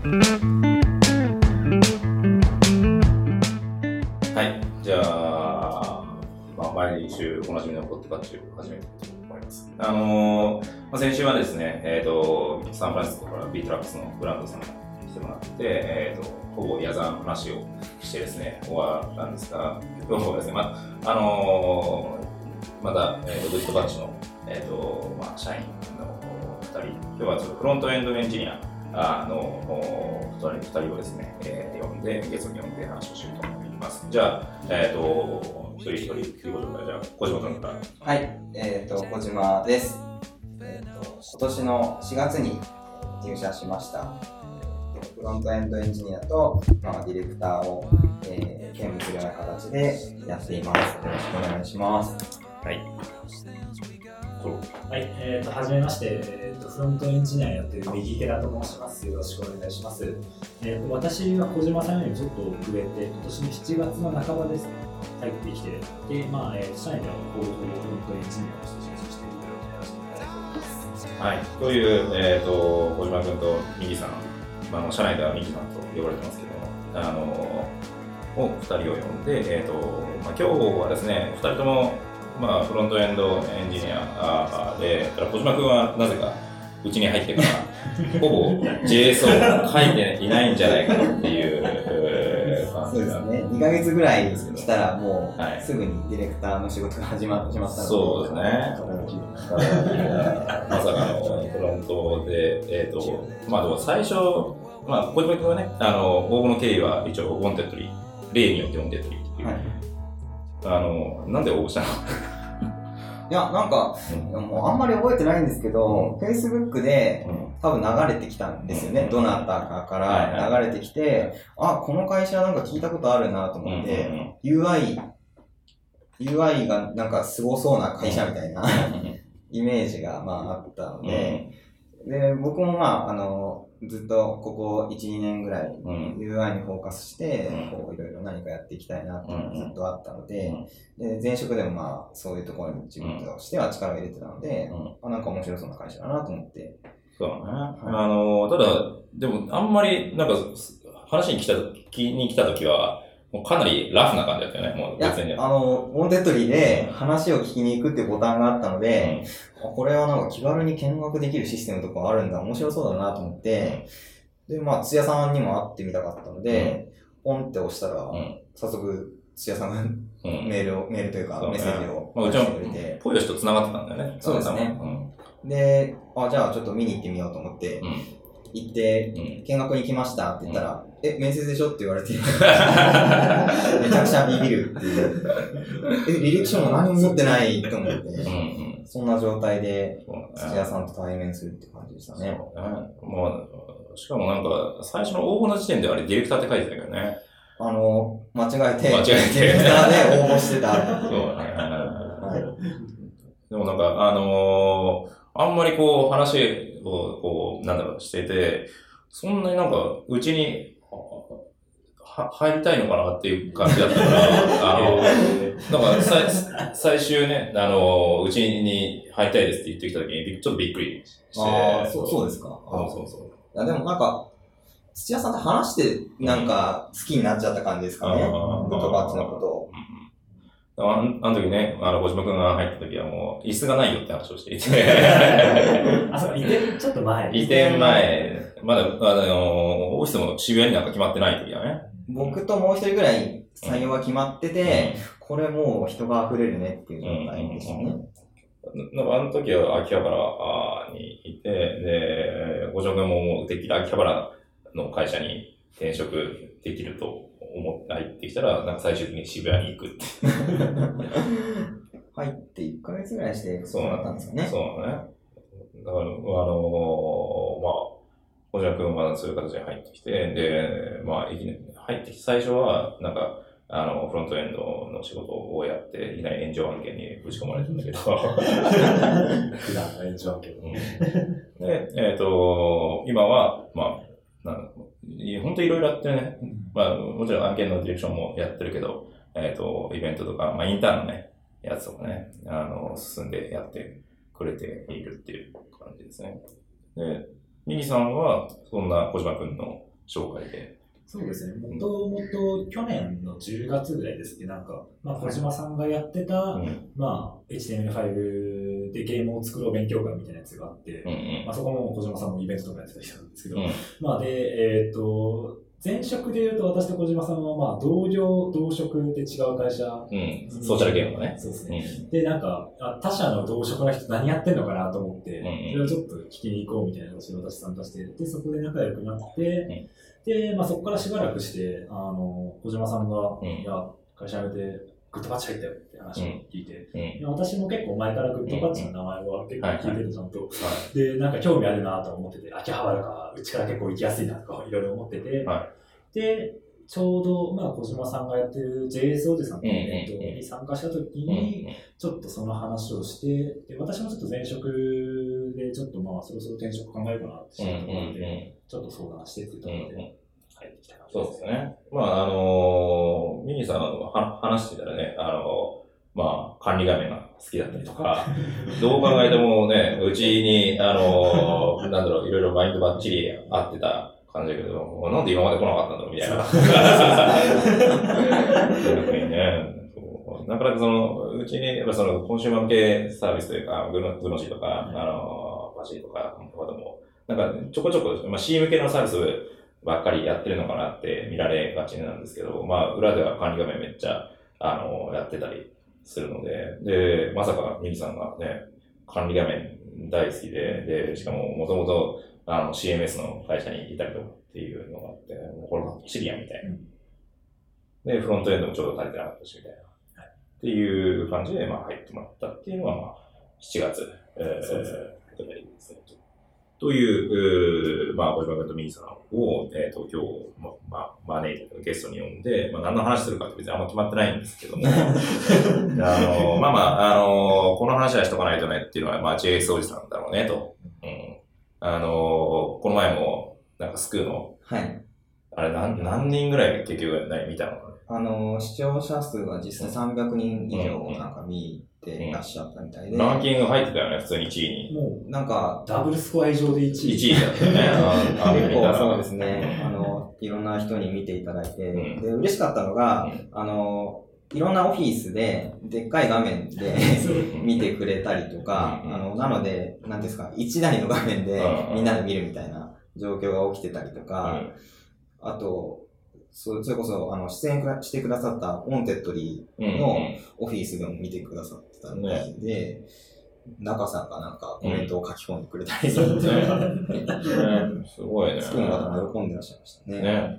はい、じゃあ、毎週おなじみのポッドキャストを始めたいと思います。先週はですね、サンフランシスコからビートラックスのブランドさんに来てもらって、ほぼ矢沢の話をしてですね、終わったんですが、今日はですね、また、グッドバッチの、社員の2人、今日はちょっとフロントエンドエンジニアの2人をですね、ゲストに呼んで話をしようと思います。じゃあ、一人一人自己紹介、じゃあ、小島さんから。 はい、小島です。今年の4月に入社しました。フロントエンドエンジニアと、ディレクターを、兼務するような形でやっています。よろしくお願いします。 はい。 はい、はじめまして、フロントエンジニアやってる右寺と申します。よろしくお願いします。私は小島さんよりちょっと遅れて、今年の7月の半ばですね、入ってきて、で、社内ではフロントエンジニアとして就職しているようにやらせていただいております。 はい、という、小島君と右さん、社内では右さんと呼ばれてますけども、2人を呼んで、今日はですね、2人ともフロントエンドエンジニアで、小島君はなぜかうちに入ってからほぼ JS を書いていないんじゃないかっていう感じが。 そうですね。2ヶ月ぐらいしたらもうすぐにディレクターの仕事が始まってしまったので。 そうですね。まさかのフロントで、最初、小島君はね、応募の経緯は一応ウォンテッドリー、例によってウォンテッドリーっていう。はい、なんで応募したの？ いや、なんか、もうあんまり覚えてないんですけど、Facebook で多分流れてきたんですよね。どなたかから流れてきて、この会社なんか聞いたことあるなと思って、UI がなんかすごそうな会社みたいなイメージがあったので、で、僕もずっとここ 1,2 年ぐらい UI にフォーカスして、いろいろ何かやっていきたいなっていうのがずっとあったので、で前職でもそういうところに自分としては力を入れてたので、なんか面白そうな会社だなと思って。 そうだね。ただ、でもあんまりなんか話に来た時は、もうかなりラフな感じだったよね、もう別に。 ウォンテッドリーで話を聞きに行くっていうボタンがあったので、これはなんか気軽に見学できるシステムとかあるんだ、面白そうだなと思って、で、土屋さんにも会ってみたかったので、ポンって押したら、早速、土屋さんがメールというか、メッセージを出してくれて。ポヨシと繋がってたんだよね。 そうですね。で、じゃあちょっと見に行ってみようと思って、行って、見学に来ましたって言ったら、面接でしょって言われて、めちゃくちゃビビるっていう。履歴書も何も持ってないと思って、そんな状態で、土屋さんと対面するって感じでしたね。 しかもなんか、最初の応募の時点であれ、ディレクターって書いてたけどね。 間違えて、ディレクターで応募してた。 そうだね。でもなんか、あんまりこう、話をしてて、そんなになんか、うちに、入りたいのかなっていう感じだったから、なんか最終ね、うちに入りたいですって言ってきた時に、ちょっとびっくりして。 そうですか。 そう。 いや、でもなんか、土屋さんと話して、なんか、好きになっちゃった感じですかね。グッドバッチのことを。 あの時ね、小島くんが入った時はもう、椅子がないよって話をしていて。 そう、移転ちょっと前。 移転前、まだ、オフィスも渋谷になんか決まってない時はね。 僕ともう一人ぐらい採用が決まってて、これもう人が溢れるねっていう状態でしたね。 なんかあの時は秋葉原にいて、で、小島くんももうできる秋葉原の会社に転職できると思って入ってきたら、なんか最終的に渋谷に行くって。 入って1ヶ月ぐらいしてそうなったんですよね。 そうだね。だから、小島くんはそういう形で入ってきて、で、入ってきて最初は、なんか、フロントエンドの仕事をやって、いきなり炎上案件にぶち込まれたんだけど。 普段の炎上案件。 で、今は、本当いろいろやってね、もちろん案件のディレクションもやってるけど、イベントとか、インターンのね、やつとかね、進んでやってくれているっていう感じですね。で、ミニさんは、そんな小島くんの紹介で。 そうですね。もともと去年の10月ぐらいですね、なんか、小島さんがやってた、HTML5 でゲームを作ろう勉強会みたいなやつがあって、そこも小島さんもイベントとかやってた人なんですけど、で、前職で言うと私と小島さんは同僚、同職で違う会社、 ソーシャルゲームのね。 そうですね。で、なんか、他社の同職の人何やってんのかなと思って、それをちょっと聞きに行こうみたいな話を私参加して、で、そこで仲良くなって、で、そこからしばらくして、小島さんが、いや、会社辞めて、グッドパッチ入ったよって話を聞いて、私も結構前からグッドパッチの名前は結構聞いてるちゃんと。で、なんか興味あるなと思ってて、秋葉原か、うちから結構行きやすいなとかいろいろ思ってて、で、ちょうど、小島さんがやってる JS おじさんのイベントに参加したときに、ちょっとその話をして、で、私もちょっと前職で、ちょっとそろそろ転職考えるかなってしたところで、ちょっと相談してっていうところで、入ってきた感じです。 そうですね。ミニさん話してたらね、管理画面が好きだったりとか、どう考えてもね、うちに、いろいろマインドバッチリ合ってた感じだけど、なんで今まで来なかったんだろうみたいな。なかなかうちに、コンシューマー向けサービスというか、グノシーとか、バシーとか、なんか、ちょこちょこ、C 向けのサービスばっかりやってるのかなって見られがちなんですけど、裏では管理画面めっちゃ、やってたりするので、で、まさかミキさんがね、管理画面大好きで、しかももともと、CMS の会社にいたりとかっていうのがあって、もうこればっちりやんみたいな。で、フロントエンドもちょうど足りてなかったしみたいな。っていう感じで、入ってもらったっていうのは、7月、そうですね。という、小島君とミキさんを、今日、招いてゲストに呼んで、何の話するかって別にあんま決まってないんですけども、この話はしとかないとねっていうのは、JS おじさんだろうねと。この前も、なんかスクーの、あれ何人ぐらい結局見たのかな視聴者数は実際300人以上なんか見てらっしゃったみたいで。 ランキング入ってたよね、普通に1位に。 もう、なんか、 ダブルスコア以上で1位。 1位だったよね。 結構そうですね。いろんな人に見ていただいて、で、嬉しかったのが、いろんなオフィスで、でっかい画面で見てくれたりとか、なので、なんですか、1台の画面でみんなで見るみたいな状況が起きてたりとか、あと、それこそ、出演してくださったオンテッドリーのオフィスでも見てくださってたみたいで、中さんがなんかコメントを書き込んでくれたりするんで、 すごいね。 スクールの方も喜んでらっしゃいましたね。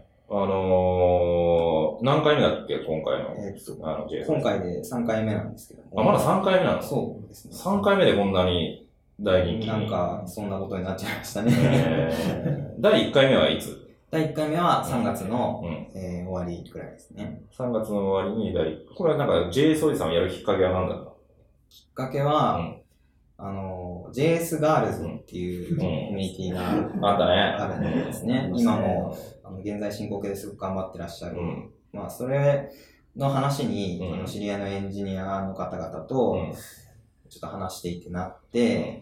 何回目だっけ今回の。 今回で3回目なんですけども。 まだ3回目なの？ そうですね。 3回目でこんなに大人気。 なんか、そんなことになっちゃいましたね。 第1回目はいつ？ 第1回目は3月の、終わりくらいですね。 3月の終わりにこれはなんか JS おじさんをやるきっかけは何だった？ きっかけは、JS ガールズっていうコミュニティがあるんですね。今も、現在進行形ですごく頑張ってらっしゃる。それの話に、知り合いのエンジニアの方々と、ちょっと話していってなって、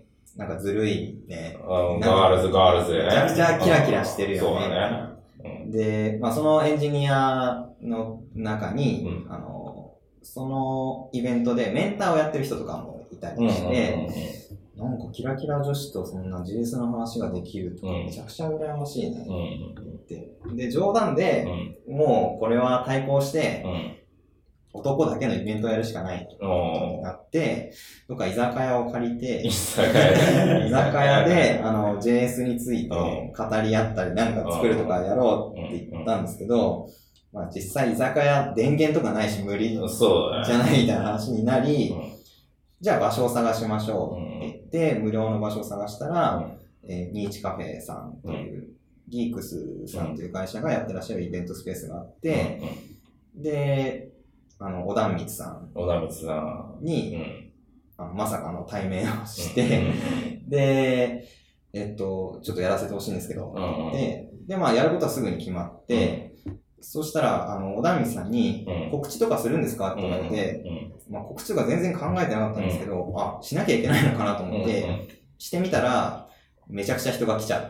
なんかずるいね。 ガールズ。 めちゃくちゃキラキラしてるよね。で、そのエンジニアの中に、そのイベントでメンターをやってる人とかもいたりして、なんかキラキラ女子とそんな JS の話ができるとかめちゃくちゃ羨ましいねって言って。で、冗談で、もうこれは対抗して、男だけのイベントをやるしかないとになって、どっか居酒屋を借りて、居酒屋でJS について語り合ったりなんか作るとかやろうって言ったんですけど、実際居酒屋電源とかないし無理じゃないみたいな話になり、じゃあ場所を探しましょうって言って、無料の場所を探したら、21カフェさんという、ギークスさんという会社がやってらっしゃるイベントスペースがあって、で、小田光さんに、まさかの対面をして、で、ちょっとやらせてほしいんですけど、で、やることはすぐに決まって、そしたら、小田光さんに、告知とかするんですかって言われて、告知とか全然考えてなかったんですけど、しなきゃいけないのかなと思って、してみたら、 めちゃくちゃ人が来ちゃう。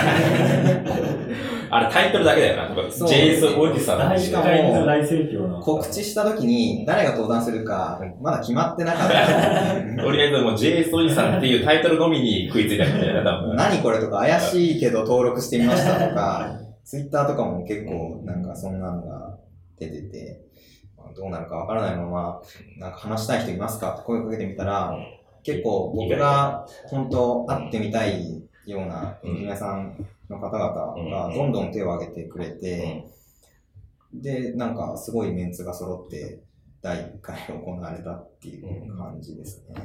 あれタイトルだけだよな。JS おじさん。 しかも大盛況の告知した時に誰が登壇するかまだ決まってなかった。 とりあえずもう JS おじさんっていうタイトルのみに食いついたみたいな。 何これとか怪しいけど登録してみましたとか、Twitter とかも結構なんかそんなのが出てて、どうなるかわからないまま、なんか話したい人いますかって声をかけてみたら、結構僕が本当会ってみたいようなエンジニアさんの方々がどんどん手を挙げてくれて、で、なんかすごいメンツが揃って第1回行われたっていう感じですね。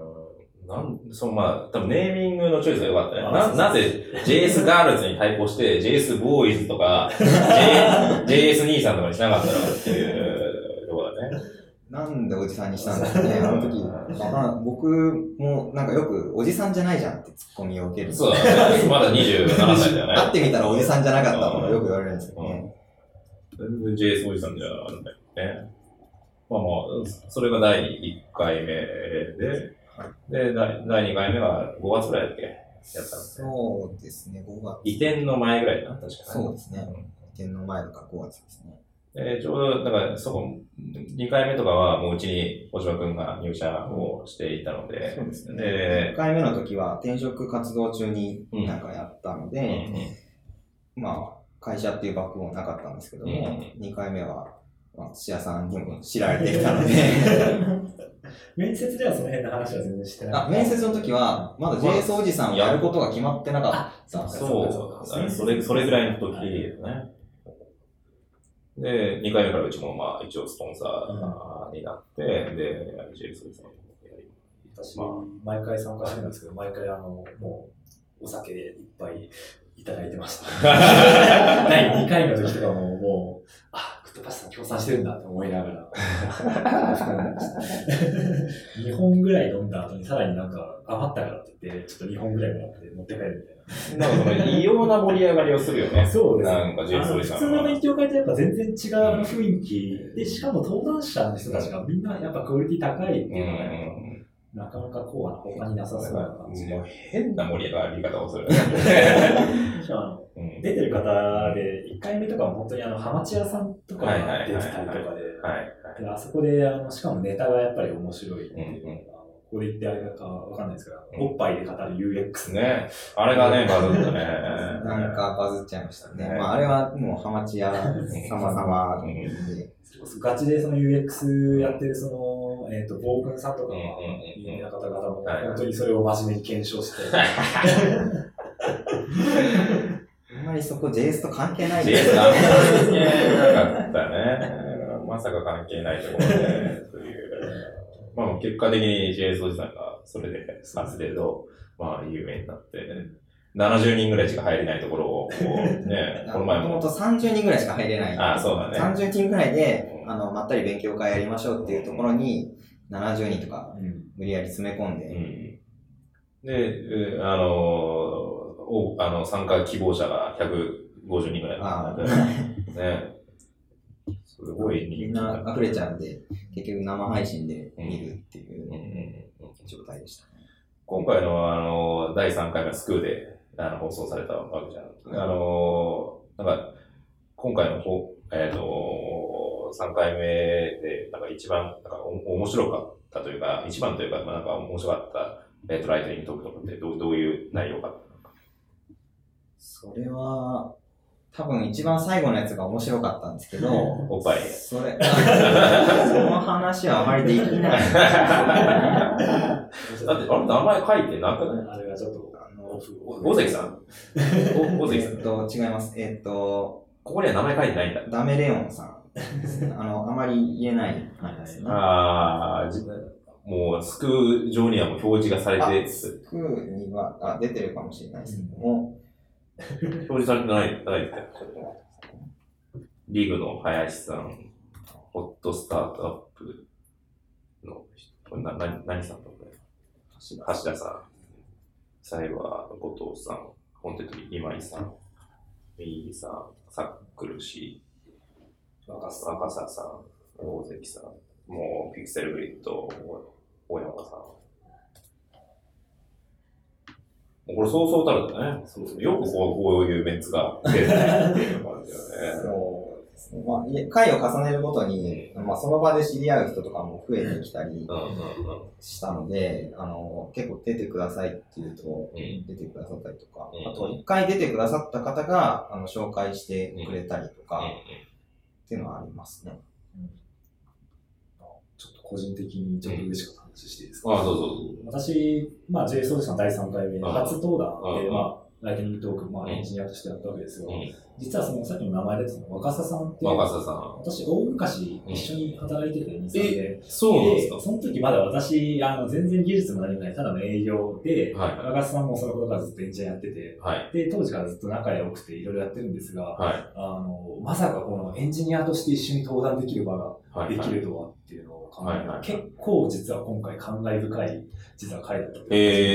まあ、多分ネーミングのチョイスが良かったね。なぜ JS ガールズに対抗して JS ボーイズとか、JS 兄さんとかにしなかったのかっていうところだね。 なんでおじさんにしたんだろうね、あの時。僕もなんかよくおじさんじゃないじゃんってツッコミを受ける。 そうだね。まだ27歳だよね。 会ってみたらおじさんじゃなかったとかよく言われるんですけどね。 全然 JS おじさんじゃなんだよね。まあまあ、それが第1回目で、で、第2回目が5月ぐらいだっけやったんですね。 そうですね、5月。 移転の前ぐらいだな、確かに。 そうですね。移転の前とか5月ですね。 ちょうど、だからそこ、2回目とかはもううちに小島くんが入社をしていたので、 そうですね。1回目の時は転職活動中になんかやったので、まあ、会社っていうバックもなかったんですけども、2回目は、土屋さんにも知られていたので、 面接ではその辺の話は全然してない。 面接の時は、まだ JS おじさんをやることが決まってなかった。 そうそれぐらいの時ですね。で、2回目からうちもまあ一応スポンサーになって、で、JS おじさんをやり私、毎回参加してるんですけど、毎回もう、お酒いっぱいいただいてました。第2回の時とかもう、クッドパスさん協賛してるんだって思いながら。2本ぐらい飲んだ後にさらになんか余ったからって言って、ちょっと2本ぐらいもらって持って帰るみたいな。 なんかその異様な盛り上がりをするよね。 そうですね。 なんか JS おじさんは。 普通の勉強会とやっぱ全然違う雰囲気で、しかも登壇者の人たちがみんなやっぱクオリティ高いっていうのがなかなかこうは他になさそうな感じで。 変な盛り上がり方をするね。 出てる方で、1回目とかも本当にハマチ屋さんとかが出てたりとかで、あそこでしかもネタがやっぱり面白いっていうのが、ここで言ってあれかわかんないですけど、おっぱいで語る UX ね。あれがね、バズったね。 なんかバズっちゃいましたね。まああれはもうハマチ屋様々で。 ガチでその UX やってる暴君さんとか有名な方々も本当にそれを真面目に検証して。 あんまりそこ JS と関係ないですね。関係なかったね。まさか関係ないところで、という。まあ結果的に JS おじさんがそれである程度、まあ有名になって、70人ぐらいしか入れないところを、ね、この前も。 もともと30人ぐらいしか入れない。 あ、そうだね。 30人ぐらいで、まったり勉強会やりましょうっていうところに、70人とか、無理やり詰め込んで。 で、参加希望者が150人ぐらいだったね。すごいみんな溢れちゃうんで、結局生配信で見るっていう状態でしたね。 今回の第3回目はスクーで放送されたわけじゃん。なんか、今回の3回目で、なんか一番、なんか面白かったというか、一番というか、なんか面白かったライトニングトークとかってどういう内容かったのか。 それは、多分一番最後のやつが面白かったんですけど、 おっぱい。 その話はあまりできない。 だって、あれ名前書いてなくない？ あれはちょっと、 大関さん大関さん。 違います。 ここには名前書いてないんだ。 ダメレオンさん。あまり言えない感じですね。 もう、スクー上にはもう表示がされて、 スクーには、出てるかもしれないですけども、 表示されてないって言ったよ。リーグの林さん、ホットスタートアップの人、何さんだこれ？橋田さん、最後は後藤さん、本当に今井さん、右さん、サックル氏、若狭さん、大関さん、もうピクセルグリッド、大山さん。 これそうそうたるだね。よくこういうメンツが出るっていう感じだよね。 そうですね。まあ、回を重ねるごとに、まあ、その場で知り合う人とかも増えてきたりしたので、結構出てくださいって言うと、出てくださったりとか、あと、一回出てくださった方が、紹介してくれたりとか、っていうのはありますね。 ちょっと個人的にちょっと嬉しかった話していいですか？ どうぞ。 私、JS オーディション第3回目、初登壇で、ライトニングトーク、エンジニアとしてやったわけですよ。実はさっきの名前で言った若狭さんって、私、大昔一緒に働いてて、2、3で。 そうなんですか？ その時まだ私、全然技術も何もない、ただの営業で、若狭さんもその頃からずっとエンジニアやってて、で、当時からずっと仲良くていろいろやってるんですが、まさかこのエンジニアとして一緒に登壇できる場ができるとはっていうのを考えて、結構実は今回感慨深い、実は回だったと。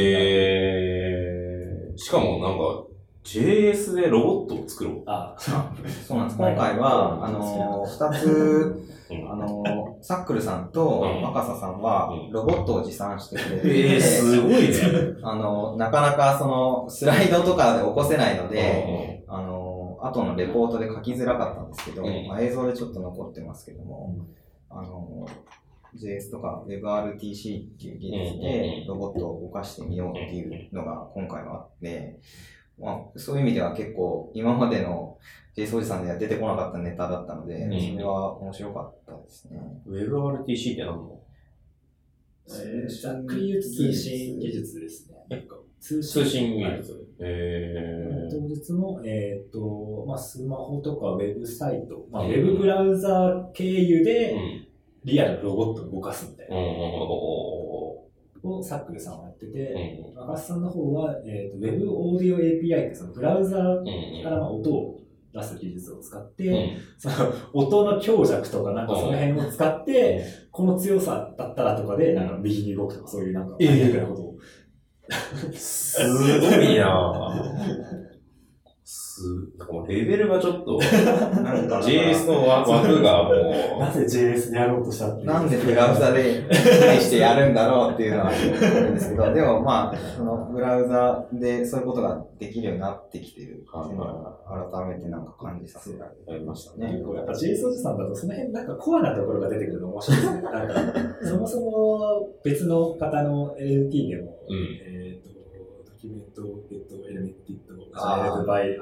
しかもなんか、JS でロボットを作ろう。 そうなんです。今回は、二つ、サックルさんと若狭さんは、ロボットを持参してくれて、 すごいね。 なかなかスライドとかで起こせないので、後のレポートで書きづらかったんですけど、映像でちょっと残ってますけども、JS とか WebRTC っていう技術でロボットを動かしてみようっていうのが今回はあって、そういう意味では結構今までの JS おじさんでは出てこなかったネタだったので、それは面白かったですね。 WebRTC って何の？ ざっくり言うと通信技術ですね。 通信技術。 当日も、スマホとかウェブサイト、ウェブブラウザー経由でリアルのロボットを動かすみたいな。をサックルさんはやってて、若狭さんの方は、ウェブオーディオ API ってそのブラウザーから音を出す技術を使って、その音の強弱とかなんかその辺を使って、この強さだったらとかでなんか右に動くとかそういうなんかマニアックなことを。 すごいなぁ。なんかもうレベルがちょっと、JS の枠がもう。 なぜ JS でやろうとしたってなんでブラウザで対してやるんだろうっていうのはあるんですけど、でもそのブラウザでそういうことができるようになってきてるっていうのは改めてなんか感じさせられましたね。 やっぱ JS おじさんだとその辺なんかコアなところが出てくるの面白いですね。なんかそもそも別の方の LLT でも、ドキュメント、エレメンティッド、ジェネレートバイ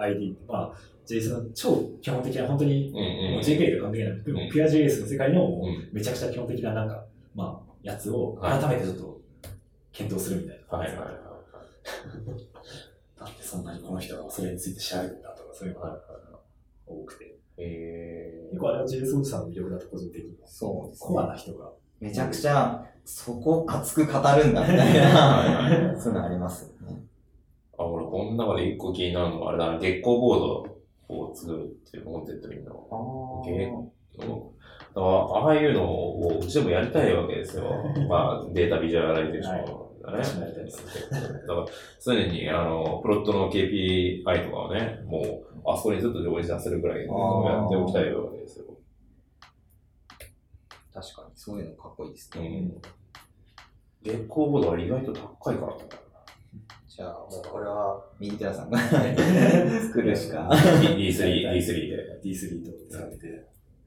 ID、JS の超基本的な、本当に、JK と関係ない、ピュア JS の世界のめちゃくちゃ基本的ななんか、やつを改めてちょっと検討するみたいな。なんでそんなにこの人はそれについて調べるんだとか、そういうのが多くて。結構あれは JS おじさんの魅力だと個人的に。 そうですね。 コアな人が。 めちゃくちゃ、そこ熱く語るんだみたいな、そういうのありますよね。 俺、この中で一個気になるのは、あれだな、月光ボードを作るっていう思ってる時の。ああいうのをうちでもやりたいわけですよ。データビジュアライゼーションだね。だから常にプロットの KPI とかをね、もうあそこにずっと表示させるくらいやっておきたいわけですよ。 確かに、そういうのかっこいいですね。 月光ボードは意外と高いからね。 じゃあ、もうこれは、右手さんが作るしか。 D3 で。 D3 と使ってて。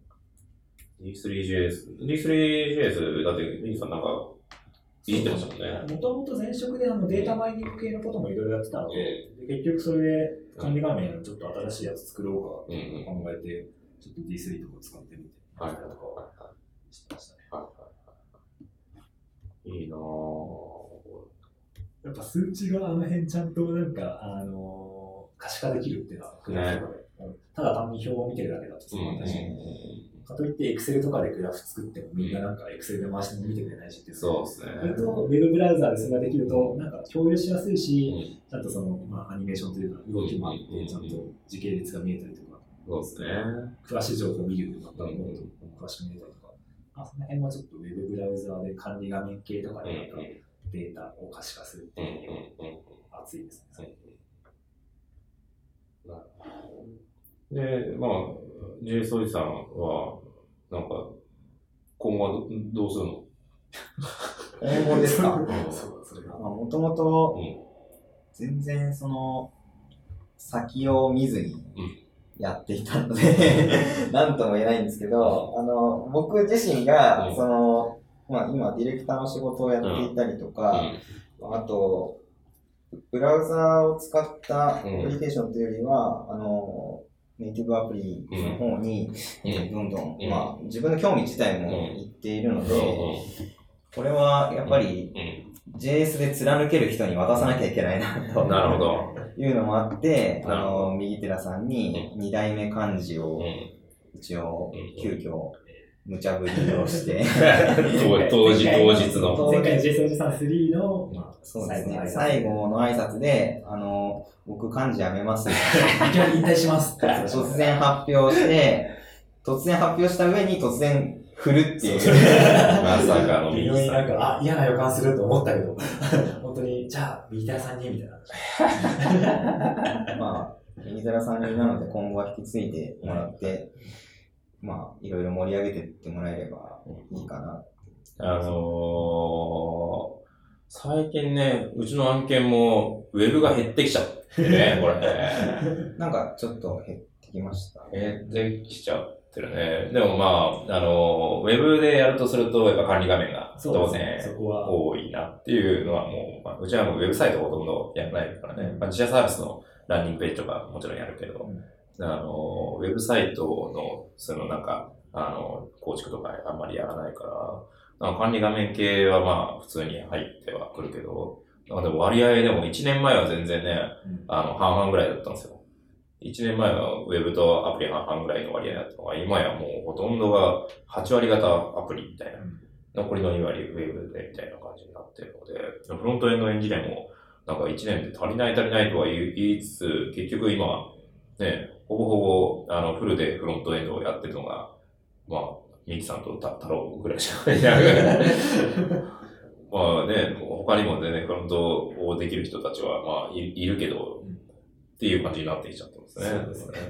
D3JS、だって、右さんなんか、いじってましたもんね。 もともと前職でデータマイニング系のこともいろいろやってたので、結局それで管理画面ちょっと新しいやつ作ろうかと考えて、ちょっと D3 とか使ってみて、とかしてましたね。 いいなぁ。 やっぱ数値が辺ちゃんとなんか、可視化できるっていうのは、グラフとかで。ただ単に表を見てるだけだとそうなんだし、かといって Excel とかでグラフ作ってもみんななんか Excel で回しても見てくれないしっていう。 そうですね。 それと Web ブラウザーでそれができると、なんか共有しやすいし、ちゃんとその、アニメーションというか動きもあって、ちゃんと時系列が見えたりとか、 そうですね。 詳しい情報を見るようになったらもっと詳しく見えたりとか、その辺はちょっと Web ブラウザーで管理画面系とかでなんかデータを可視化するっていうのが熱いですね。 で、JS おじさんは、なんか、今後はどうするの？ 今後ですか？もともと、 全然その先を見ずにやっていたのでなんとも言えないんですけど、僕自身がその、まあ、今ディレクターの仕事をやっていたりとか、あとブラウザを使ったアプリケーションというよりは、ネイティブアプリの方に、どんどん、まあ、自分の興味自体もいっているので、これはやっぱり JS で貫ける人に渡さなきゃいけないなというのもあって、右寺さんに2代目漢字を一応急遽無茶ぶりをして当日の前回 JS おじさん3の、 そうですね、最後の挨拶で僕漢字やめますいきなり引退します突然発表した上に突然振るっていうまさかの微妙になんか嫌な予感すると思ったけど本当にじゃあ右寺さんにみたいなまあ右寺さんになので今後は引き継いでもらってまあいろいろ盛り上げていってもらえればいいかな。 最近ね、うちの案件もウェブが減ってきちゃってね、これね。 なんかちょっと減ってきました。 減ってきちゃってるね。でもまあ、ウェブでやるとすると、やっぱ管理画面が当然多いなっていうのはもう、まあ、うちはもうウェブサイトほとんどやらないからね。まあ、自社サービスのランディングページとかもちろんやるけど、ウェブサイトの、そのなんか、構築とかあんまりやらないから、管理画面系はまあ普通に入ってはくるけど、でも割合でも1年前は全然ね、半々ぐらいだったんですよ。1年前はウェブとアプリ半々ぐらいの割合だったのが、今やもうほとんどが8割型アプリみたいな、残りの2割ウェブでみたいな感じになってるので、フロントエンドエンジニアもなんか1年で足りないとは言いつつ、結局今、ね、ほぼほぼフルでフロントエンドをやってるのが、まあ、ミキさんと太郎ぐらいしかいない。まあね、他にもね、フロントをできる人たちは、まあいるけど、っていう感じになってきちゃってますね。そうですね。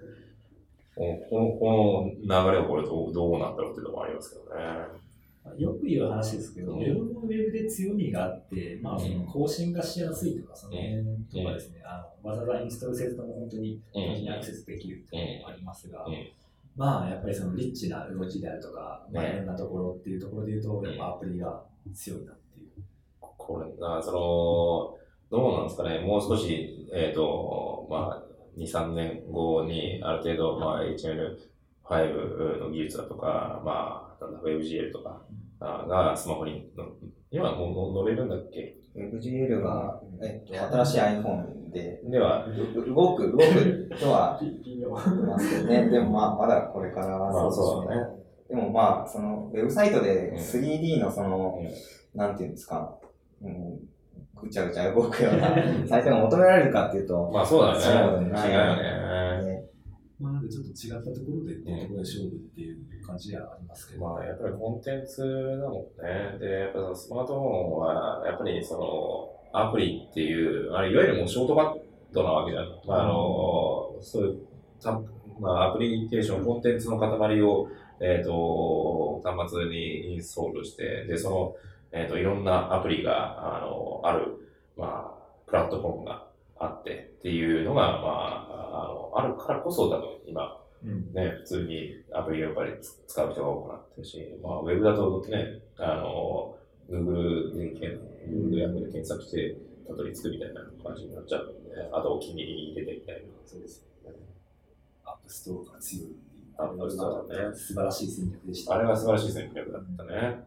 この流れはこれどうなんだろうっていうのもありますけどね。 よく言う話ですけど、ウェブもウェブで強みがあって、まあ、その更新がしやすいとか、その辺とかですね、わざわざインストールせずとも本当にアクセスできるっていうのもありますが、まあ、やっぱりそのリッチな動きであるとか、まあ、いろんなところっていうところで言うと、やっぱアプリが強いなっていう。 これ、どうなんですかね、もう少し、まあ、2、3年後にある程度、まあ、HTML5 の技術だとか、まあ、WebGL とかがスマホに、今もう乗れるんだっけ？ WebGL が、新しい iPhone では動くとは言ってますけどね。でもまだこれからそうですね。でもまあ、その、ウェブサイトで 3D のその、なんていうんですか、ぐちゃぐちゃ動くようなサイトが求められるかっていうと、 まあそうだね。 そうでもない違うよね。 まあなんでちょっと違ったところでっていうところで勝負っていう感じではありますけど。 まあやっぱりコンテンツだもんね。で、やっぱスマートフォンは、やっぱりその、アプリっていう、いわゆるもうショートカットなわけじゃん。そういう、まあアプリケーション、コンテンツの塊を、端末にインストールして、で、その、いろんなアプリが、ある、まあ、プラットフォームがあってっていうのが、まあ、あるからこそ多分今、ね、普通にアプリをやっぱり使う人が多くなってるし、まあ、ウェブだとね、Google やで検索してたどり着くみたいな感じになっちゃうので、あとお気に入り入れてみたいな。そうですね。 アップストアが強い。 そうだね。 素晴らしい戦略でした。 あれは素晴らしい戦略だったね。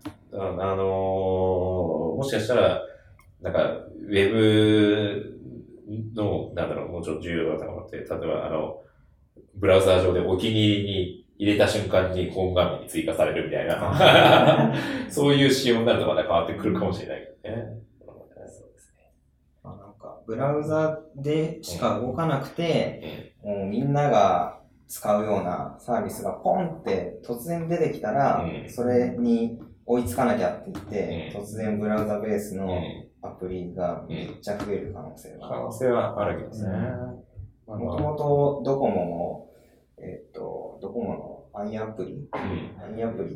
もしかしたら、なんか、ウェブの、なんだろう、もうちょっと重要だと思って、例えば、ブラウザー上でお気に入りに入れた瞬間にホーム画面に追加されるみたいな、そういう仕様になるとまた変わってくるかもしれないけどね。 そうですね。なんか、ブラウザでしか動かなくて、もうみんなが、使うようなサービスがポンって突然出てきたら、それに追いつかなきゃって言って、突然ブラウザベースのアプリがめっちゃ増える可能性はあるけどね。 もともとドコモも、ドコモの i アプリって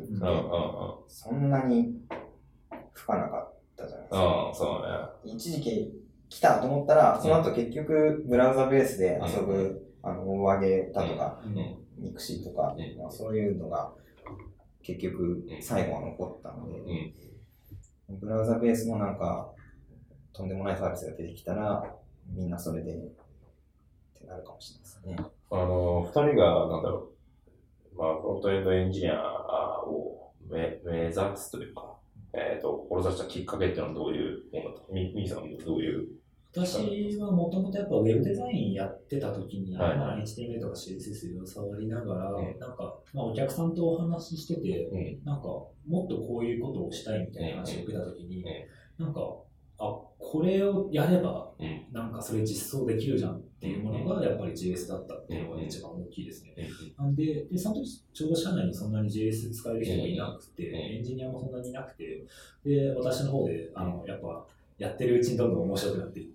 そんなに吹かなかったじゃないですか。 そうね。 一時期来たと思ったら、その後結局ブラウザベースで遊ぶ、大上げだとか、ミクシーとか、まあ、そういうのが結局最後は残ったので、ブラウザベースのなんかとんでもないサービスが出てきたら、みんなそれでってなるかもしれないですね。 二人が、なんだろう、まあ、フロントエンドエンジニアを目指すというか、志したきっかけっていうのはどういうものだったミキさんはどういう私はもともとやっぱウェブデザインやってた時に、HTML とか CSS を触りながら、なんか、まあ、お客さんとお話ししてて、なんか、もっとこういうことをしたいみたいな話を受けた時に、なんか、これをやれば、なんかそれ実装できるじゃんっていうものがやっぱり JS だったっていうのが一番大きいですね。なんで、その時ちょうど社内にそんなに JS 使える人がいなくて、エンジニアもそんなにいなくて、で、私の方で、やっぱ、やってるうちにどんどん面白くなっていって、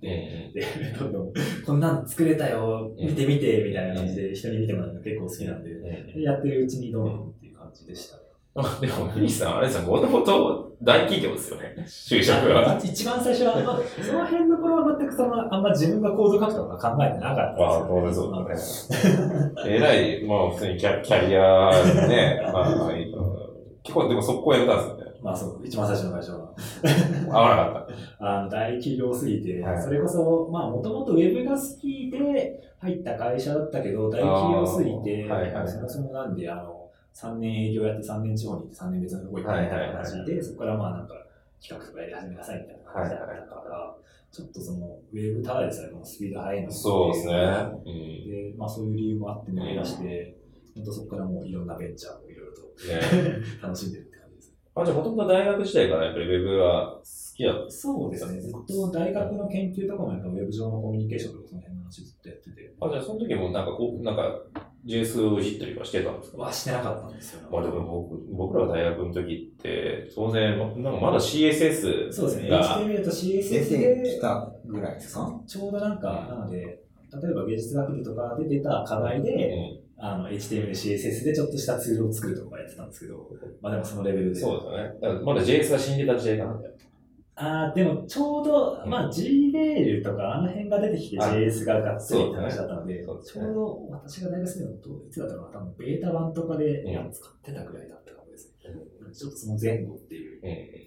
で、どんどん、こんなん作れたよ、見てみて、みたいな感じで人に見てもらうのが結構好きなんで、でやってるうちにどんどんっていう感じでしたね。 でも、ミキさん、あれですよ、もともと大企業ですよね、就職は。 一番最初は、その辺の頃は全くあんま自分がコード書くとか考えてなかったんですよ、 そうですね。えらい、まあ、普通にキャリアね、結構でも速攻やめたんですよね。 まあそう、一番最初の会社は。 合わなかった。 大企業すぎて、それこそ、まあもともとウェブが好きで入った会社だったけど、大企業すぎて、そもそもなんで、3年営業やって3年地方に行って3年別のとこ行ってみたいな話で、そこからまあなんか企画とかやり始めなさいみたいな感じだったから、ちょっとそのウェブただでさえもスピード速いので、 そうですね。 で、まあそういう理由もあって抜け出して、本当そこからもういろんなベンチャーをいろいろと楽しんでるって感じです。 じゃあ、もともと大学時代からやっぱりウェブは好きだった？ そうですね。ずっと大学の研究とかもやっぱウェブ上のコミュニケーションとかその辺の話ずっとやってて。 じゃあその時もなんかJS をいじったりはしてたんですか？ してなかったんですよ。 まあでも僕らが大学の時って、当然、なんかまだ CSS が。 そうですね。HTML と CSS できたぐらいですか？ ちょうどなんか、なので、例えば芸術学部とかで出た課題で、HTML、CSS でちょっとしたツールを作るとかやってたんですけど、まあでもそのレベルで。 そうですよね。だからまだ JS が死んでた時代なんだよ。 でもちょうど、まあ Gmail とかあの辺が出てきて JS ががっつりって話だったので、ちょうど私が大学生のと、いつだったかな、多分ベータ版とかで使ってたぐらいだったかもですね。ちょっとその前後っていう。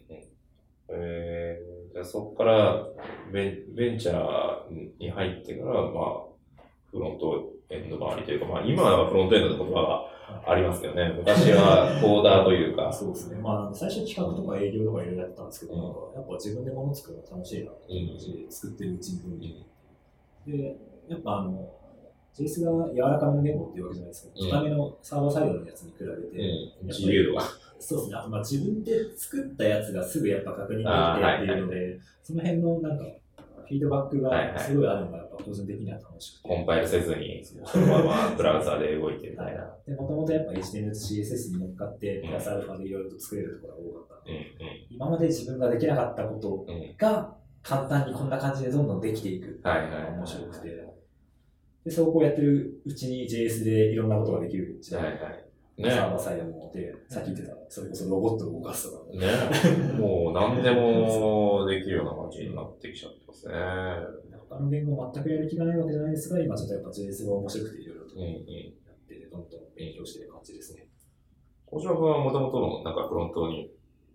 じゃあそこからベンチャーに入ってから、まあ、フロントエンド周りというか、まあ今はフロントエンドの言葉がありますけどね、昔はコーダーというか。 そうですね。まあ最初企画とか営業とかいろいろやってたんですけど、やっぱ自分で物作るの楽しいなっていう感じで作ってるうちに。で、やっぱJS が柔らかめの言語っていうわけじゃないですけど、硬めのサーバーサイドのやつに比べて、 自由度が。 そうですね。まあ自分で作ったやつがすぐやっぱ確認できてっていうので、その辺のなんか、フィードバックがすごいあるのがやっぱ個人的には楽しくて。 コンパイルせずに、そのままブラウザで動いてみたいな。 で、もともとやっぱ HTML と CSS に乗っかって、プラスアルファでいろいろと作れるところが多かったので、今まで自分ができなかったことが簡単にこんな感じでどんどんできていくっていうのが面白くて、で、そうこうやってるうちに JS でいろんなことができる時代。サーバーサイドもで、さっき言ってた、それこそロボットを動かすとか。 もう何でもできるような感じになってきちゃってますね。 他の言語全くやる気がないわけじゃないですが、今ちょっとやっぱ JS が面白くていろいろとやってて、どんどん勉強してる感じですね。 小島君はもともとのなんかフロントに、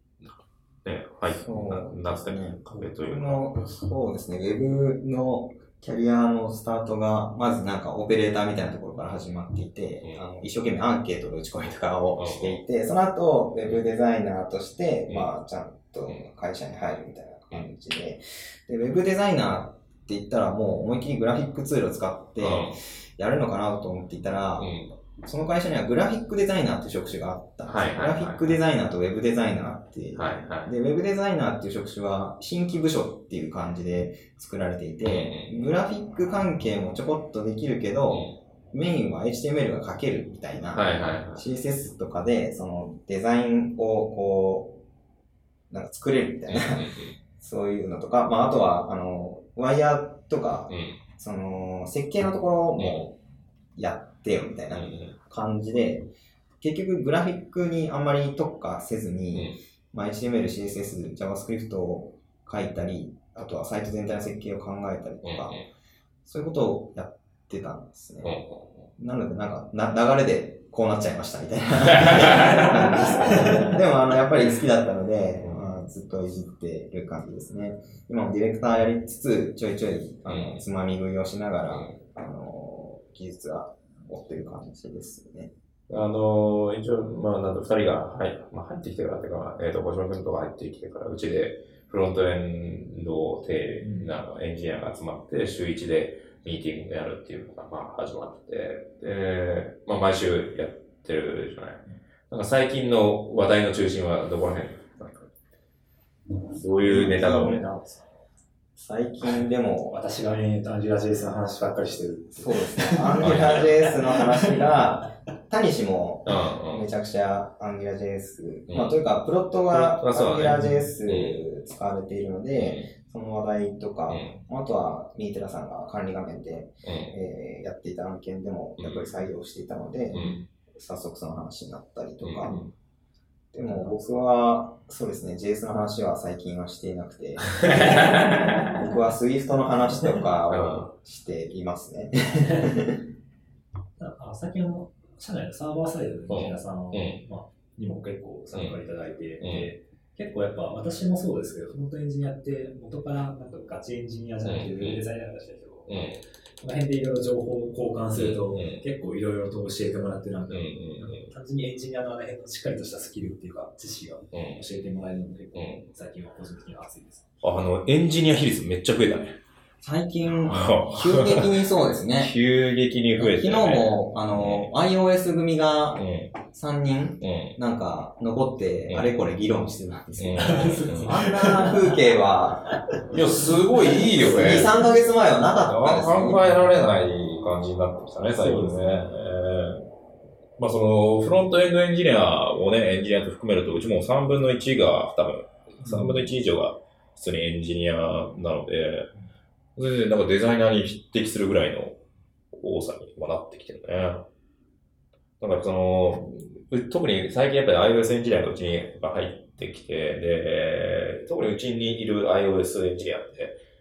なってた壁というか。 そうですね、ウェブのキャリアのスタートが、まずなんかオペレーターみたいなところから始まっていて、一生懸命アンケートの打ち込みとかをしていて、その後、ウェブデザイナーとして、まあ、ちゃんと会社に入るみたいな感じで、で、ウェブデザイナーって言ったらもう思いっきりグラフィックツールを使ってやるのかなと思っていたら、その会社にはグラフィックデザイナーっていう職種があったんですよ。グラフィックデザイナーとウェブデザイナーって、で、ウェブデザイナーっていう職種は新規部署っていう感じで作られていて、グラフィック関係もちょこっとできるけど、メインは HTML が書けるみたいな、CSS とかでそのデザインをこう、なんか作れるみたいな、そういうのとか、まああとは、ワイヤーとか、その設計のところもやってよみたいな感じで、結局グラフィックにあんまり特化せずに、まあ、HTML、CSS、JavaScript を書いたり、 あとはサイト全体の設計を考えたりとか、そういうことをやってたんですね。なので、なんか、流れでこうなっちゃいましたみたいな。でも、やっぱり好きだったので、ずっといじってる感じですね。今もディレクターやりつつ、ちょいちょい、つまみ食いをしながら、技術は追ってる感じですね。 一応、なんと二人が、入ってきてからっていうか、小島君とか入ってきてから、うちでフロントエンドエンジニアが集まって、週1でミーティングやるっていうのが、始まって、で、毎週やってるじゃない。なんか最近の話題の中心はどこら辺どういうネタが多いな最近でも、 私がね、アンギュラー JS の話ばっかりしてる。 そうですね。アンギュラー JS の話が、タニシもめちゃくちゃアンギュラー JS、というか、プロットがアンギュラー JS 使われているので、その話題とか、あとはミーテラさんが管理画面で、やっていた案件でもやっぱり採用していたので、早速その話になったりとか、でも僕は、そうですね、JS の話は最近はしていなくて、僕は Swift の話とかをしていますね。 最近社内のサーバーサイドのエンジニアさんにも結構参加いただいて、結構やっぱ私もそうですけど、フロントエンジニアって元からなんかガチエンジニアじゃなくてウェブデザイナーだった人、この辺でいろいろ情報を交換すると、結構いろいろと教えてもらって、単純にエンジニアの辺のしっかりとしたスキルっていうか、知識が教えてもらえるので、結構最近は個人的には熱いです。 エンジニア比率めっちゃ増えたね。 最近、急激にそうですね。 急激に増えて、 昨日も、iOS 組が3人、なんか残って、あれこれ議論してたんですよ。あんな風景は、 いや、すごいいいよね。 2、3ヶ月前はなかったですね。 考えられない感じになってきたね、最近ね。その、フロントエンドエンジニアをね、エンジニアと含めると、うちも3分の1が、多分、3分の1以上が普通にエンジニアなので、全然なんかデザイナーに匹敵するぐらいの多さになってきてるね。だから特に最近やっぱり iOS エンジニアがうちに入ってきて、で、特にうちにいる iOS エンジニアって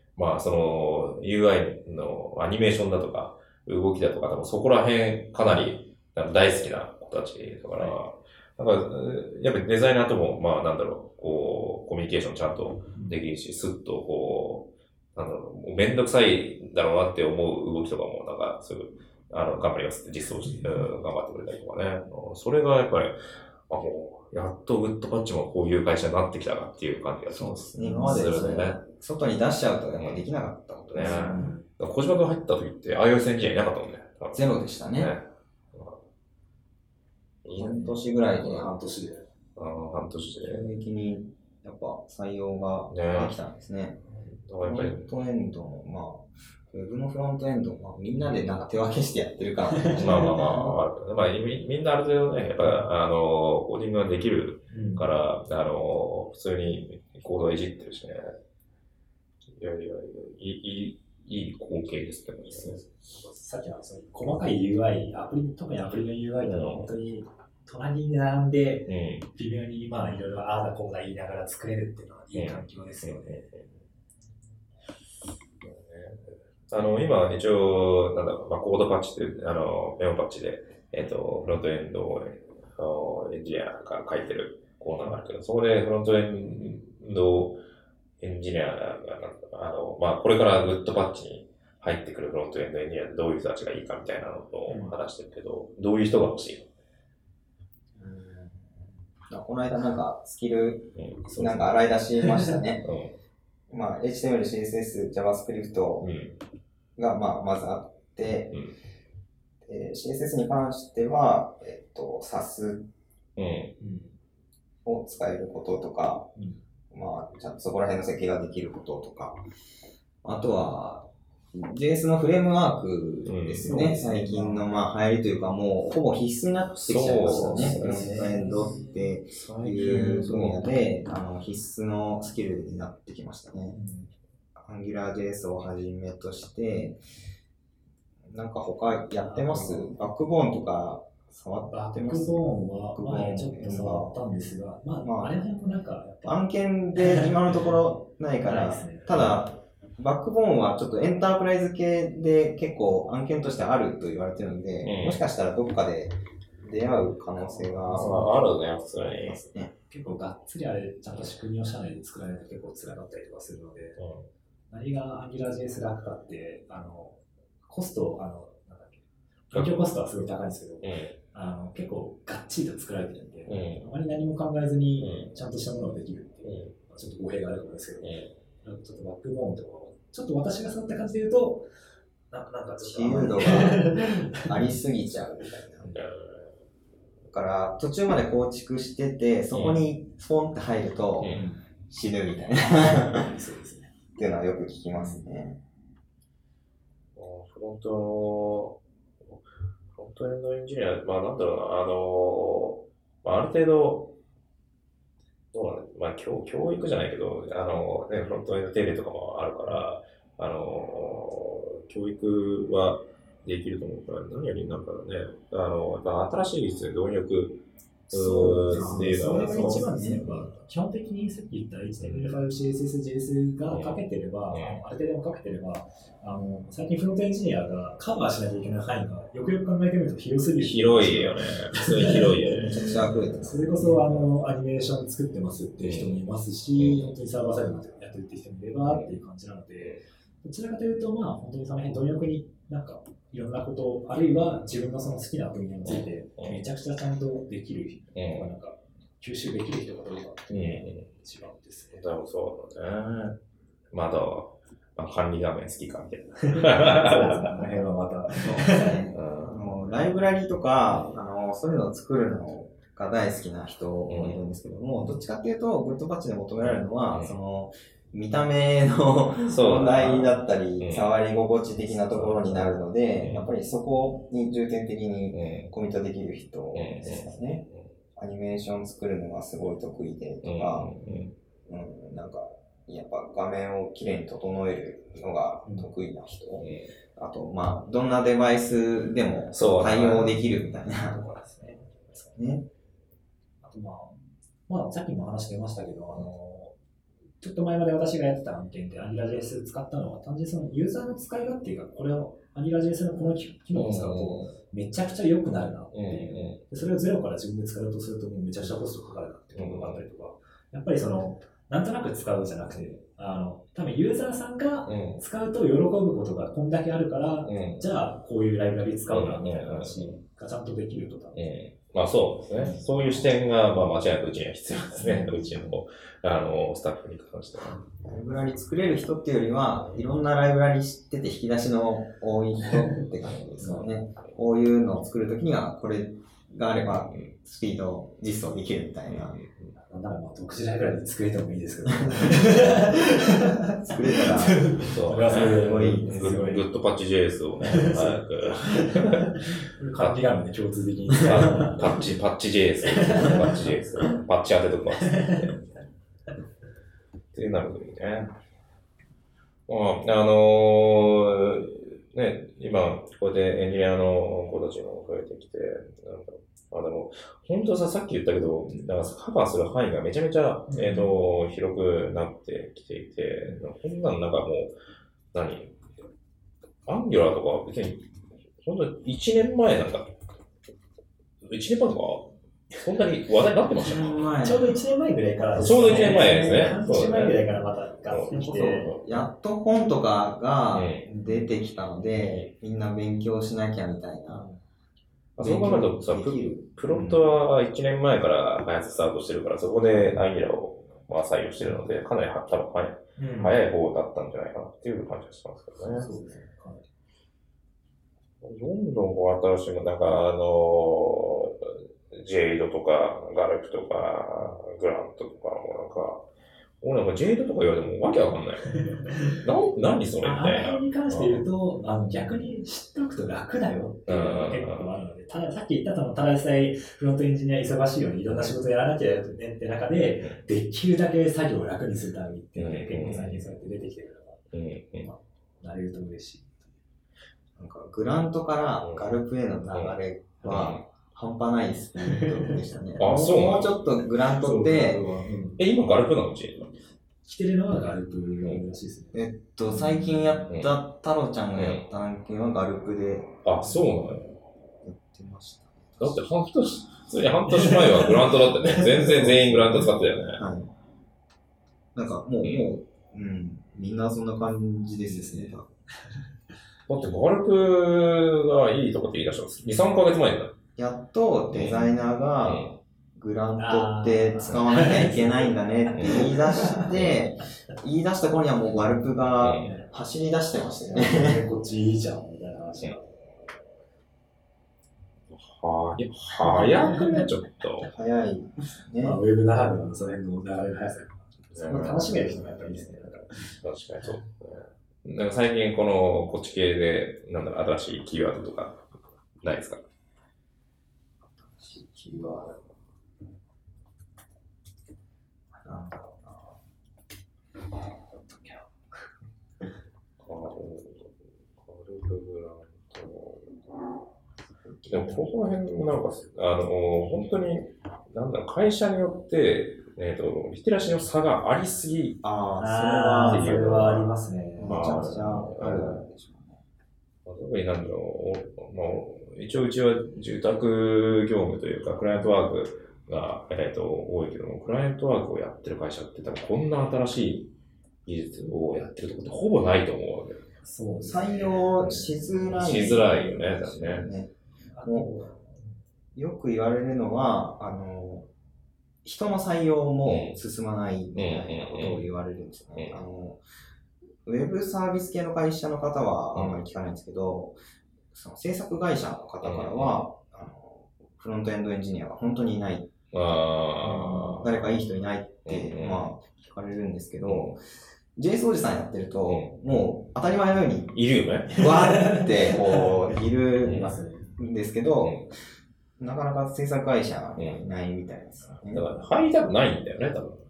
、UI のアニメーションだとか、動きだとか、多分そこら辺かなり大好きな子たちだから、やっぱりデザイナーとも、コミュニケーションちゃんとできるし、スッとめんどくさいだろうなって思う動きとかも、そういう、頑張りますって実装して、頑張ってくれたりとかね。それがやっぱり、もう、やっとグッドパッチもこういう会社になってきたなっていう感じがします。 そうですね。今まで外に出しちゃうとやっぱできなかったことですね。 小島君入った時って iOS エンジニアいなかったもんね。 ゼロでしたね。半年ぐらいで。 半年で。 半年で。 急激に、やっぱ採用ができたんですね。フロントエンドも、ウェブのフロントエンドも、みんなでなんか手分けしてやってるから。 みんなある程度ね、やっぱ、コーディングができるから、普通にコードをいじってるしね。いい光景ですけどね。 さっきの細かい UI、特にアプリの UI なの本当に、隣に並んで、微妙にいろいろああだこうだ言いながら作れるっていうのはいい環境ですよね。 今、一応、コードパッチという、メモパッチで、フロントエンドエンジニアが書いてるコーナーがあるけど、そこでフロントエンドエンジニアが、これからグッドパッチに入ってくるフロントエンドエンジニアでどういう人たちがいいかみたいなのを話してるけど、どういう人が欲しいの？この間なんかスキル、なんか洗い出しましたね。HTML、CSS、JavaScript がまずあって、CSS に関しては、SAS を使えることとか、ちゃんとそこら辺の設計ができることとか、あとは、JS のフレームワークですね。最近の流行りというか、もうほぼ必須になってきちゃいましたね。フロントエンドっていう分野で、必須のスキルになってきましたね。AngularJS をはじめとして、なんか他やってます？バックボーンとか触ってバックます。 ボーンは前ちょっと触ったんですが、まあ、あれはやっぱなんか、やっぱ案件で今のところないかないら、 ですねただ、バックボーンはちょっとエンタープライズ系で結構案件としてあると言われてるので、もしかしたらどっかで出会う可能性があるね、普通ありにま。すね。 結構がっつりあれ、ちゃんと仕組みを社内で作らないと結構辛かったりとかするので、何が AngularJS 楽かって、コスト、なんだっけ、環境コストはすごい高いんですけど、結構がっちりと作られてるんで、あまり何も考えずにちゃんとしたものができるっていう、ちょっと語弊があるところですけど、ちょっとバックボーンとか、ちょっと私が触った感じで言うと、なんかちょっと自由度がありすぎちゃうみたいな。だから途中まで構築してて、そこにスポンって入ると死ぬみたいなそうですね。 っていうのはよく聞きますね。 フロントエンドエンジニア、まあなんだろうな、ある程度、どうなんだ、まあ教育じゃないけど、ね、フロントエンド定例とかもあるから、教育はできると思うから、何よりなんかね、やっぱ新しい技術で導入そうですね。それが一番ですね。 そうですね基本的にさっき言った HTML5、CSS、JS が書けてれば、ある程度も書けてれば、最近フロントエンジニアがカバーしなきゃいけない範囲が、よくよく考えてみると広すぎる。 広いよね。普通に広いよね。 めちゃくちゃ増えてます。 それこそアニメーション作ってますっていう人もいますし、本当にサーバーサイドまでやってるって人もいればっていう感じなので、どちらかというと、まあ、本当にその辺、貪欲になんか、いろんなこと、あるいは自分のその好きな分野について、めちゃくちゃちゃんとできる人とか、なんか、吸収できる人がどうかっていうのが違うんですね。 でもそうだね。まだ、管理画面好きかみたいな。 そうですね。あの辺はまた。 ライブラリとか、そういうのを作るのが大好きな人もいるんですけども、どっちかっていうと、グッドパッチで求められるのは、その、見た目の問題だったり、触り心地的なところになるので、やっぱりそこに重点的にコミットできる人ですよね。アニメーション作るのがすごい得意でとか、なんか、やっぱ画面をきれいに整えるのが得意な人。あと、まあ、どんなデバイスでも対応できるみたいなところですね。 あとまあ、さっきも話してましたけど、ちょっと前まで私がやってた案件で AngularJS 使ったのは、単純にそのユーザーの使い勝手が、これを AngularJS のこの機能を使うと、めちゃくちゃ良くなるなっていう。でそれをゼロから自分で使うとすると、めちゃくちゃコストかかるなっていうところがあったりとか、やっぱりその、なんとなく使うじゃなくて、多分ユーザーさんが使うと喜ぶことがこんだけあるから、じゃあこういうライブラリ使うなみたいな話がちゃんとできると多分。 まあそうですね。そういう視点が、まあ間違いなくうちには必要ですね。うちの、スタッフに関しては。 ライブラリ作れる人っていうよりは、いろんなライブラリ知ってて引き出しの多い人って感じですよね。こういうのを作るときには、これがあれば、スピード実装できるみたいな。 なんならまあ独自ライブラリで作れてもいいですけど。 作れたら、 そう。 すごい。 グッドパッチ JS をね、早く。 管理画面で共通的に。 パッチ JS。パッチ当てとか。ってなるといいね。ね、今、こうやってエンジニアの子たちも増えてきて、でも、本当さっき言ったけど、なんかカバーする範囲がめちゃめちゃ、広くなってきていて、こんなんなんかもう、アンギュラーとか別に、本当に1年前なんか、1年前とか、そんなに話題になってましたね。 ちょうど1年前ぐらいからちょうど1年前ですね。 半年前ぐらいからまたガッてきて。 やっと本とかが出てきたので、みんな勉強しなきゃみたいな。 そう考えるとさ、プロントは1年前から開発スタートしてるから、そこでアンギュラーを採用してるので、かなり多分早い方だったんじゃないかなっていう感じがしますけどね。そうですね。どんどんこう新しいもなんかジェイドとか、ガルプとか、グラントとかもなんか、俺なんかジェイドとか言われてもわけわかんない。何それみたいな。 あれに関して言うと、逆に知っておくと楽だよっていうのが結構あるので、たださっき言ったただでさえフロントエンジニア忙しいようにいろんな仕事やらなきゃねって中で、できるだけ作業を楽にするためにっていうので、結構最近そうやって出てきてるのが、なれると嬉しい。 なんかグラントからガルプへの流れは、 半端ないスピードでしたね。 あ、そうもうちょっとグラントって、 今ガルプなのうち来てるのはガルプらしいですね。 最近やった太郎ちゃんがやった案件はガルプで。 あ、そうなのよ。 やってました。 だって普通に半年前はグラントだってね、全員グラント使ってたよね。 はい。なんかもう、みんなそんな感じですね。 だってガルプがいいとかって言い出したんです。2、3ヶ月前だよ。 やっとデザイナーがグラントって使わなきゃいけないんだねって言い出した頃にはもうガルプが走り出してましたよね。 こっちいいじゃんみたいな話が。 早くね、ちょっと。 早いですね。 ウェブならではのその辺の流れの速さ。楽しめる人がやっぱりいいですね。 確かにそう。なんか最近こっち系で、新しいキーワードとかないですか？ キーワード。なんだろうな。 でもここら辺もなんか、本当に、会社によって、リテラシーの差がありすぎ。 それはありますね。 めちゃくちゃあるでしょうね。 特に一応うちは住宅業務というか、クライアントワークが、多いけども、クライアントワークをやってる会社って多分こんな新しい技術をやってるところってほぼないと思うわけ。 そう、採用しづらい。 しづらいよね、多分ね。 よく言われるのは、人の採用も進まないみたいなことを言われるんですよね。ウェブサービス系の会社の方はあんまり聞かないんですけど、その制作会社の方からは、フロントエンドエンジニアが本当にいない。誰かいい人いないって、聞かれるんですけど、JS おじさんやってると、もう当たり前のように、 いるよね。 わーっているんですけど、なかなか制作会社がいないみたいですね。 だから入りたくないんだよね、多分。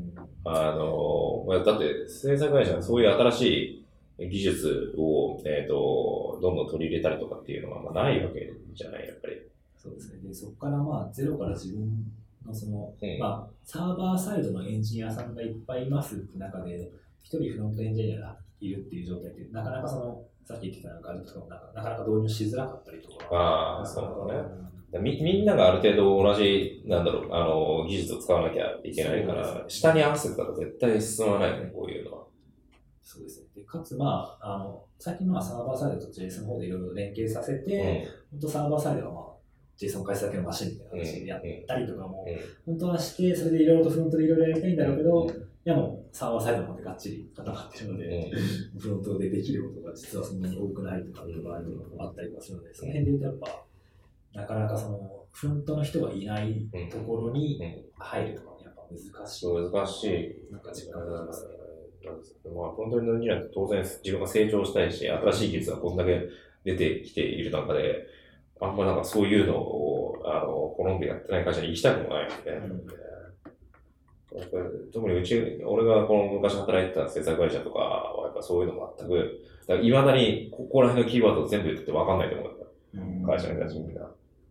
だって制作会社はそういう新しい技術を、どんどん取り入れたりとかっていうのはないわけじゃない、やっぱり。 そうですね。で、そこからゼロから自分のサーバーサイドのエンジニアさんがいっぱいいますって中で、一人フロントエンジニアがいるっていう状態って、なかなかさっき言ってたガルプとかもなかなか導入しづらかったりとか。 そうだね。みんながある程度同じ、技術を使わなきゃいけないから、下に合わせたら絶対進まないね、こういうのは。 そうですね。でかつ、最近サーバーサイドと JS の方でいろいろ連携させて、本当サーバーサイドはJS を返すだけのマシンみたいな話でやったりとかも、本当はして、それでいろいろとフロントでいろいろやりたいんだろうけど、いやもうサーバーサイドの方でがっちり固まってるので、フロントでできることが実はそんなに多くないとかっていう場合もあったりとかするので、その辺で言うとやっぱ、なかなかフロントの人がいないところに入るとかもやっぱ難しい。 難しい。 なんか時間がかかりますね。 フロントエンドエンジニアって当然自分が成長したいし、新しい技術がこんだけ出てきている中で、あんまそういうのを、好んでやってない会社に行きたくもないみたいな。特に俺が昔働いてた制作会社とかは、やっぱそういうの全く、未だにここら辺のキーワードを全部言ってて分かんないと思う。会社の人たちみんな。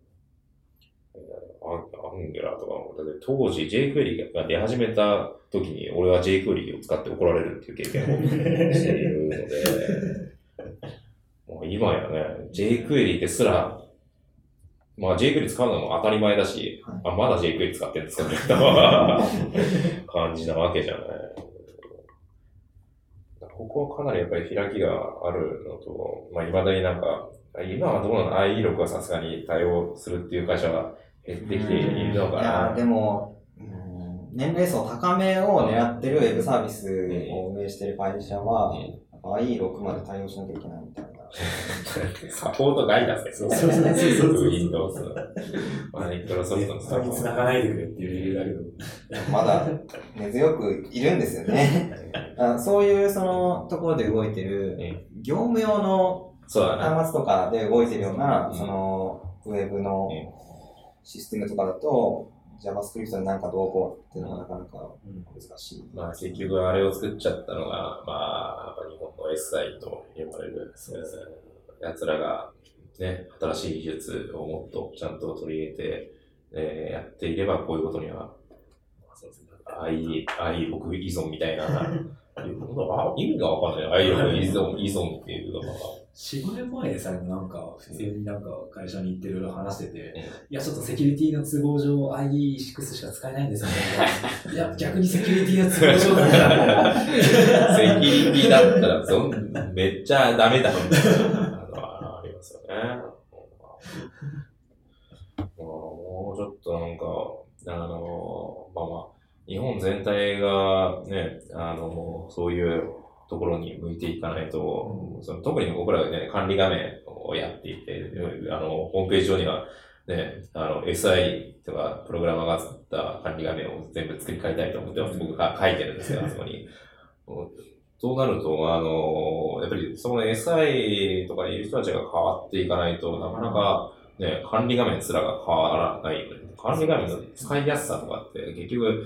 アンギュラーとかも、だって当時 jQuery が出始めた時に俺は jQuery を使って怒られるっていう経験をしているので、もう今やね、jQuery ですら、jQuery 使うのも当たり前だし、まだ jQuery 使ってるんですかね感じなわけじゃない。ここはかなりやっぱり開きがあるのと、未だに今はどうなの？ IE6 はさすがに対応するっていう会社は減ってきているのかな。 いや、でも、年齢層高めを狙ってるウェブサービスを運営してる会社は、IE6 まで対応しなきゃいけないみたいな。 サポート外だぜ。 そう。 Windows の。マイクロソフトのサポート。繋がないでくれっていう理由だけど。 まだ根強くいるんですよね。そういうところで動いてる、業務用の端末とかで動いてるような、ウェブのシステムとかだと、JavaScript でなんかどうこうっていうのがなかなか難しい。 結局あれを作っちゃったのが、やっぱ日本の SI と呼ばれる奴らがね、新しい技術をもっとちゃんと取り入れて、やっていれば、こういうことには、愛欲依存みたいな、意味がわかんない。愛欲依存っていうのが。 4、5年前でさえもなんか、普通になんか会社に行ってる話してて、いや、ちょっとセキュリティの都合上 IE6 しか使えないんですよね。いや、逆にセキュリティの都合上だから。 セキュリティだったらめっちゃダメだみたいなのがありますよね。もうちょっとなんか、日本全体がね、そういうところに向いていかないと、特に僕らがね、管理画面をやっていて、ホームページ上にはね、SI とかプログラマーが作った管理画面を全部作り変えたいと思ってます。僕が書いてるんですよ、あそこに。そうなると、やっぱりその SI とかにいる人たちが変わっていかないとなかなかね、管理画面すらが変わらない。管理画面の使いやすさとかって結局、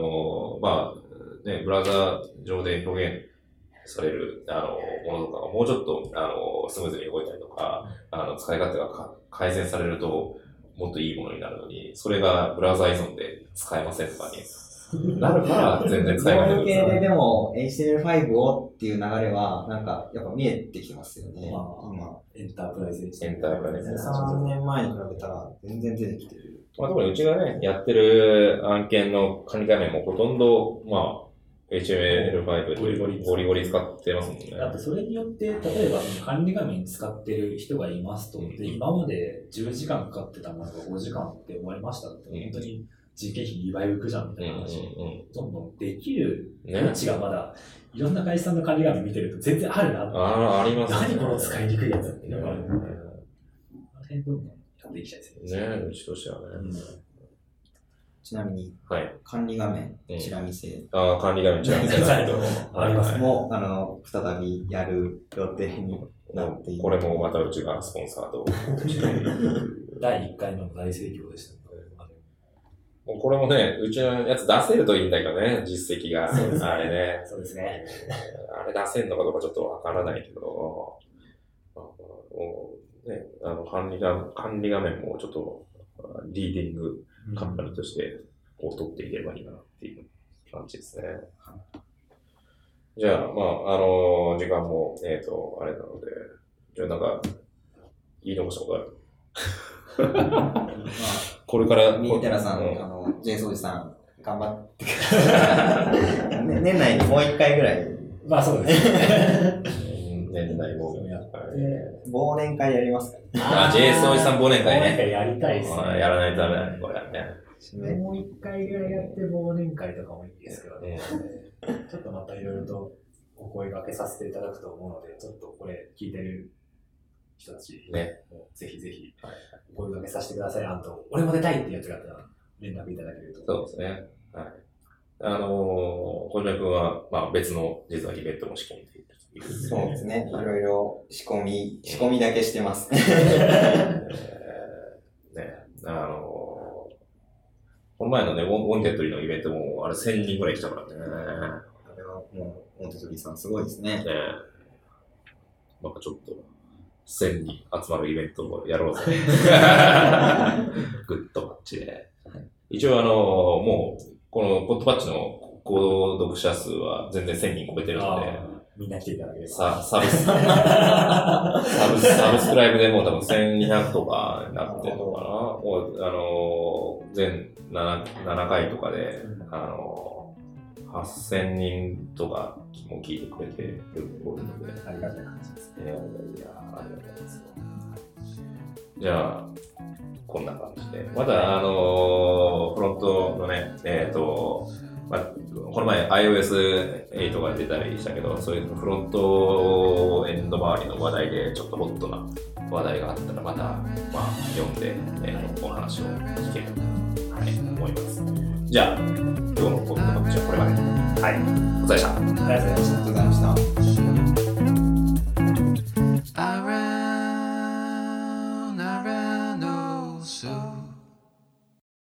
ブラウザ上で表現される、ものとかがもうちょっと、スムーズに動いたりとか、使い勝手が改善されると、もっといいものになるのに、それがブラウザ依存で使えませんとかになるから、全然使えない。 向けででも、HTML5 をっていう流れは、なんか、やっぱ見えてきてますよね。今。 エンタープライズ 3年前に比べたら、全然出てきてる。 特にうちがね、やってる案件の管理画面もほとんど、HTML5 でゴリゴリ使ってますもんね。 だってそれによって、例えば管理画面使ってる人がいますと、で今まで10時間かかってたものが5時間って思いましたって、本当に人件費2倍浮くじゃんみたいな話、どんどんできる余地がまだ、いろんな会社さんの管理画面見てると全然あるなって。 ありますね。 何この使いにくいやつっていうのがあるので、あれどんどんやっていきたいですね。 うちとしてはね。 ちなみに、 はい、 管理画面、チラ見せ。 管理画面、チラ見せないと。 あります。 もう、再びやる予定になっている。 これもまたうちがスポンサーと。 第1回の大盛況でしたね。 これもね、うちのやつ出せるといいんだけどね、実績が。あれね。 そうですね。 あれ出せるのかどうかちょっとわからないけど、ね、管理画面もちょっとリーディングカンパニーとして取っていければいいなっていう感じですね。じゃあ、時間も、あれなので、じゃあなんか、言い残したことあるこれから。 ミーテラさん、ジェイソウジさん、頑張って年内にもう一回ぐらい。 そうですね。 年内もやって。 忘年会やりますかジェイソウジさん忘年会ね。 やりたいですね。 やらないとダメだね、これはね。 もう一回ぐらいやって忘年会とかもいいですけどね。ちょっとまたいろいろとお声掛けさせていただくと思うので、ちょっとこれ聞いてる人たち、 ね、 ぜひぜひお声掛けさせてください。俺も出たいってやつがあったら連絡いただけると。 そうですね。はい。小島君は、別の実はイベントも仕込んでいるという。 そうですね。いろいろ仕込みだけしてます。ね、 この前のね、ウォンテッドリーのイベントも、あれ1000人ぐらい来たからね。 あれはもう、ウォンテッドリーさんすごいですね。 なんかちょっと、1000人集まるイベントをやろうぜ。グッドパッチで。一応もう、このポッドパッチの購読者数は全然1000人超えてるので、 みんな来ていただければ。 サブスクライブでもう多分1200とかになってるのかな。もう、全7回とかで、8000人とかも聞いてくれてるので。 ありがたい話ですね。 いや、ありがたいですよ。じゃあ、こんな感じで。また、フロントのね、この前 iOS8 が出たりしたけど、そういうフロントエンド周りの話題でちょっとホットな話題があったらまた、読んで、お話を聞けると、思います。じゃあ、今日のポッドキャストはこれまで。はい。お疲れ様でした。 ありがとうございました。 ありがとうございました。